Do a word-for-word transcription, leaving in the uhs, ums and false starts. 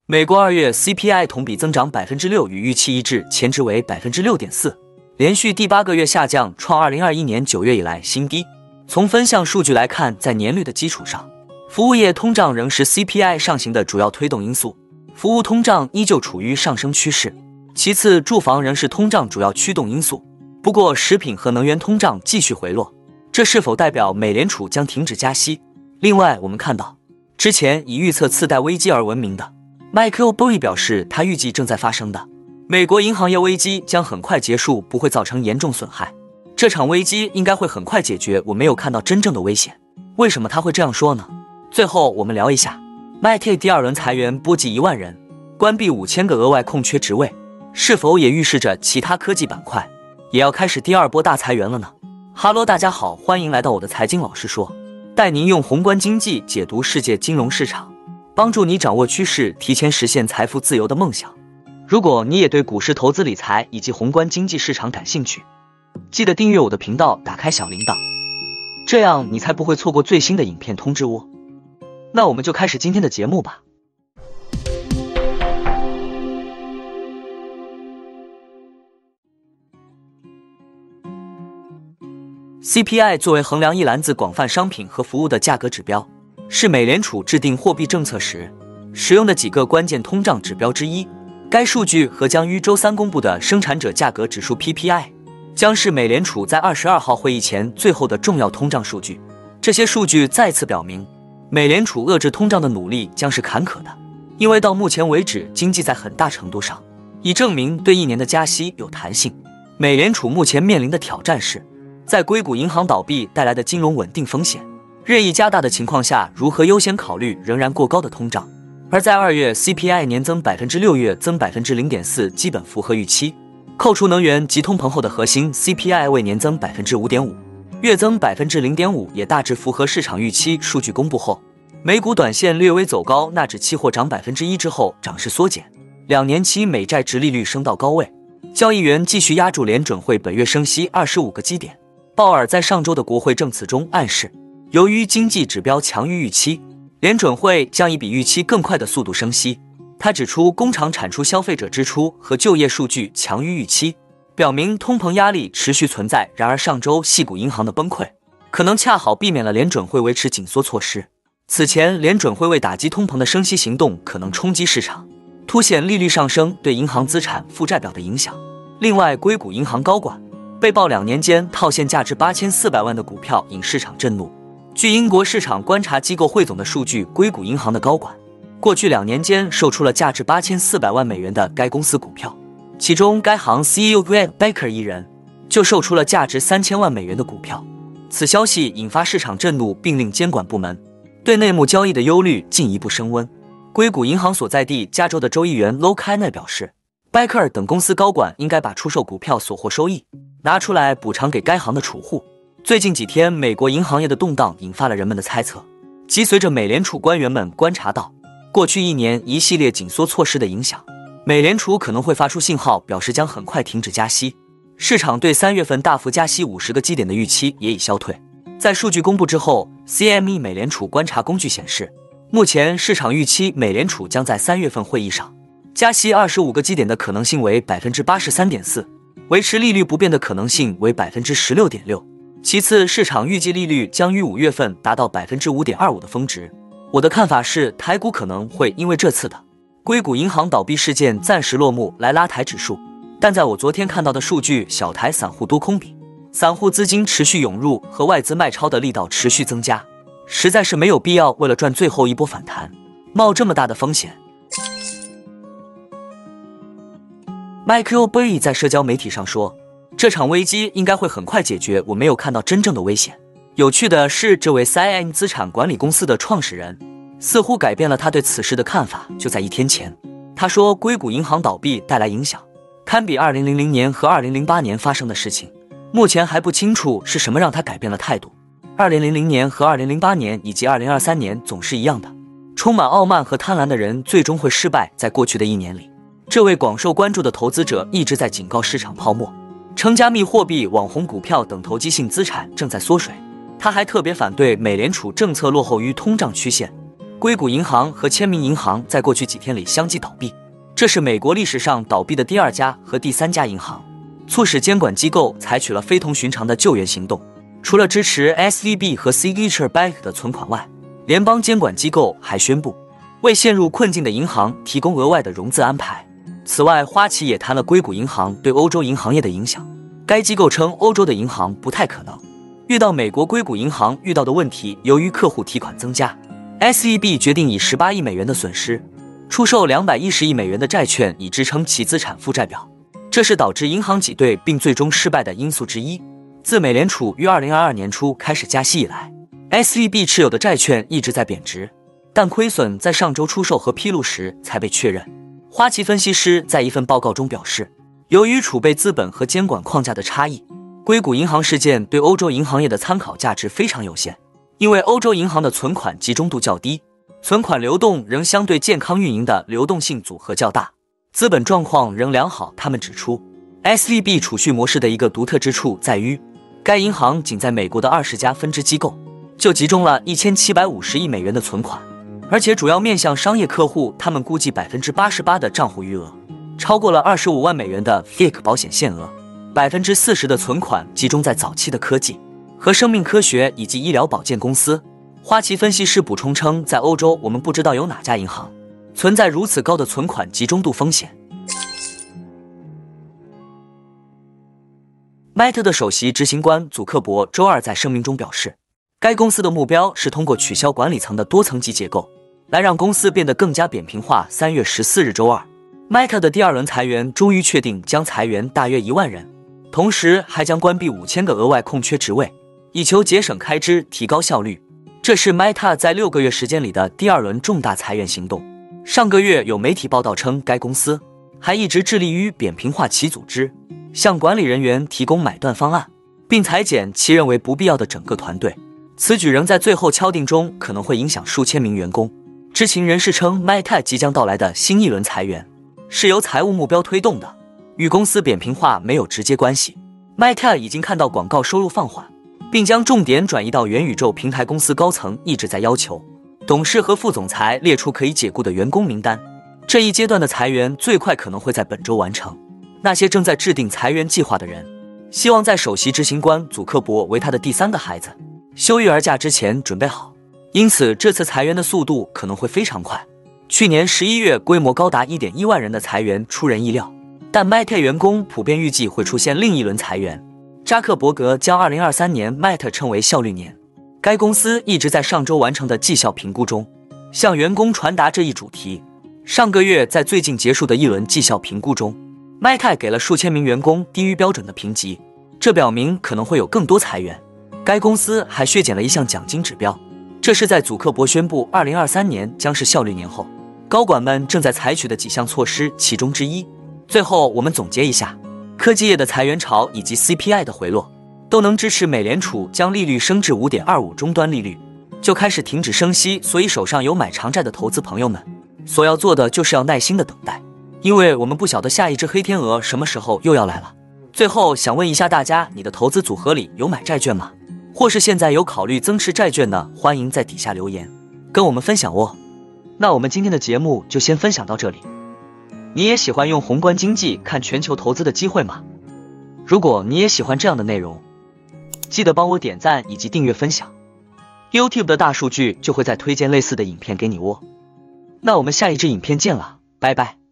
美国二月 C P I 同比增长 百分之六， 与预期一致，前值为 百分之六点四， 连续第八个月下降，创二零二一年九月以来新低。从分项数据来看，在年率的基础上，服务业通胀仍是 C P I 上行的主要推动因素，服务通胀依旧处于上升趋势。其次，住房仍是通胀主要驱动因素，不过食品和能源通胀继续回落，这是否代表美联储将停止加息？另外，我们看到之前以预测次贷危机而闻名的Michael Burry 表示，他预计正在发生的美国银行业危机将很快结束，不会造成严重损害。这场危机应该会很快解决，我没有看到真正的危险。为什么他会这样说呢？最后我们聊一下 Meta 第二轮裁员波及一万人，关闭五千个额外空缺职位，是否也预示着其他科技板块也要开始第二波大裁员了呢？哈喽，大家好，欢迎来到我的财经老师说，带您用宏观经济解读世界金融市场，帮助你掌握趋势，提前实现财富自由的梦想。如果你也对股市投资理财以及宏观经济市场感兴趣，记得订阅我的频道，打开小铃铛，这样你才不会错过最新的影片通知哦。那我们就开始今天的节目吧。C P I 作为衡量一篮子广泛商品和服务的价格指标，是美联储制定货币政策时使用的几个关键通胀指标之一。该数据和将于周三公布的生产者价格指数 P P I 将是美联储在二十二号会议前最后的重要通胀数据。这些数据再次表明，美联储遏制通胀的努力将是坎坷的，因为到目前为止，经济在很大程度上已证明对一年的加息有弹性。美联储目前面临的挑战是，在硅谷银行倒闭带来的金融稳定风险日益加大的情况下，如何优先考虑仍然过高的通胀。而在二月 C P I 年增 百分之六， 月增 百分之零点四， 基本符合预期。扣除能源及通膨后的核心 C P I 为年增 百分之五点五， 月增 百分之零点五， 也大致符合市场预期。数据公布后，美股短线略微走高，纳指期货涨 百分之一 之后涨势缩减，两年期美债殖利率升到高位。交易员继续压住联准会本月升息二十五个基点。鲍尔在上周的国会证词中暗示，由于经济指标强于预期，联准会将以比预期更快的速度升息。他指出，工厂产出、消费者支出和就业数据强于预期，表明通膨压力持续存在。然而上周矽谷银行的崩溃可能恰好避免了联准会维持紧缩措施。此前联准会为打击通膨的升息行动可能冲击市场，凸显利率上升对银行资产负债表的影响。另外，硅谷银行高管被曝两年间套现价值八千四百万的股票，引市场震怒。据英国市场观察机构汇总的数据，硅谷银行的高管过去两年间售出了价值八千四百万美元的该公司股票，其中该行 C E O Greg Baker 一人就售出了价值三千万美元的股票。此消息引发市场震怒，并令监管部门对内幕交易的忧虑进一步升温。硅谷银行所在地加州的州议员 Lo Kainer 表示，拜克尔等公司高管应该把出售股票所获收益拿出来补偿给该行的储户。最近几天，美国银行业的动荡引发了人们的猜测，即随着美联储官员们观察到过去一年一系列紧缩措施的影响，美联储可能会发出信号，表示将很快停止加息。市场对三月份大幅加息五十个基点的预期也已消退。在数据公布之后， C M E 美联储观察工具显示，目前市场预期美联储将在三月份会议上加息二十五个基点的可能性为 百分之八十三点四， 维持利率不变的可能性为 百分之十六点六。 其次，市场预计利率将于五月份达到 百分之五点二五 的峰值。我的看法是，台股可能会因为这次的硅谷银行倒闭事件暂时落幕来拉抬指数，但在我昨天看到的数据，小台散户多空比、散户资金持续涌入和外资卖超的力道持续增加，实在是没有必要为了赚最后一波反弹冒这么大的风险。Michael Burry 在社交媒体上说，这场危机应该会很快解决，我没有看到真正的危险。有趣的是，这位 C I M 资产管理公司的创始人似乎改变了他对此事的看法。就在一天前，他说硅谷银行倒闭带来影响堪比二零零零年和二零零八年发生的事情，目前还不清楚是什么让他改变了态度。二零零零年和二零零八年以及二零二三年总是一样的，充满傲慢和贪婪的人最终会失败。在过去的一年里，这位广受关注的投资者一直在警告市场泡沫，称加密货币、网红股票等投机性资产正在缩水。他还特别反对美联储政策落后于通胀曲线， 硅谷银行和签名银行在过去几天里相继倒闭，这是美国历史上倒闭的第二家和第三家银行，促使监管机构采取了非同寻常的救援行动。除了支持 S V B 和 Signature Bank 的存款外，联邦监管机构还宣布为陷入困境的银行提供额外的融资安排。此外，花旗也谈了硅谷银行对欧洲银行业的影响。该机构称，欧洲的银行不太可能遇到美国硅谷银行遇到的问题。由于客户提款增加， S V B 决定以十八亿美元的损失出售两百一十亿美元的债券，以支撑其资产负债表。这是导致银行挤兑并最终失败的因素之一。自美联储于二零二二年初开始加息以来， S V B 持有的债券一直在贬值，但亏损在上周出售和披露时才被确认。花旗分析师在一份报告中表示，由于储备资本和监管框架的差异，硅谷银行事件对欧洲银行业的参考价值非常有限。因为欧洲银行的存款集中度较低，存款流动仍相对健康运营的流动性组合较大，资本状况仍良好。他们指出， S V B 储蓄模式的一个独特之处在于，该银行仅在美国的二十家分支机构就集中了一千七百五十亿美元的存款，而且主要面向商业客户。他们估计 百分之八十八 的账户余额超过了二十五万美元的 F I C 保险限额， 百分之四十 的存款集中在早期的科技和生命科学以及医疗保健公司。花旗分析师补充称，在欧洲我们不知道有哪家银行存在如此高的存款集中度风险。Meta 的首席执行官祖克伯周二在声明中表示，该公司的目标是通过取消管理层的多层级结构来让公司变得更加扁平化。三月十四日周二， Meta 的第二轮裁员终于确定，将裁员大约一万人，同时还将关闭五千个额外空缺职位，以求节省开支提高效率。这是 Meta 在六个月时间里的第二轮重大裁员行动。上个月有媒体报道称，该公司还一直致力于扁平化其组织，向管理人员提供买断方案，并裁减其认为不必要的整个团队。此举仍在最后敲定中，可能会影响数千名员工。知情人士称， Meta 即将到来的新一轮裁员是由财务目标推动的，与公司扁平化没有直接关系。 Meta 已经看到广告收入放缓，并将重点转移到元宇宙平台。公司高层一直在要求董事和副总裁列出可以解雇的员工名单。这一阶段的裁员最快可能会在本周完成。那些正在制定裁员计划的人希望在首席执行官祖克伯为他的第三个孩子休育而嫁之前准备好，因此这次裁员的速度可能会非常快。去年十一月规模高达 一点一万人的裁员出人意料，但 Meta 员工普遍预计会出现另一轮裁员。扎克伯格将二零二三年 Meta 称为效率年，该公司一直在上周完成的绩效评估中向员工传达这一主题。上个月在最近结束的一轮绩效评估中， Meta 给了数千名员工低于标准的评级，这表明可能会有更多裁员。该公司还削减了一项奖金指标，这是在祖克伯宣布二零二三年将是效率年后，高管们正在采取的几项措施其中之一。最后我们总结一下，科技业的裁员潮以及 C P I 的回落都能支持美联储将利率升至 五点二五 终端利率，就开始停止升息。所以手上有买长债的投资朋友们所要做的就是要耐心的等待，因为我们不晓得下一只黑天鹅什么时候又要来了。最后想问一下大家，你的投资组合里有买债券吗？或是现在有考虑增持债券呢？欢迎在底下留言跟我们分享哦。那我们今天的节目就先分享到这里。你也喜欢用宏观经济看全球投资的机会吗？如果你也喜欢这样的内容，记得帮我点赞以及订阅分享， YouTube 的大数据就会再推荐类似的影片给你哦。那我们下一支影片见了，拜拜。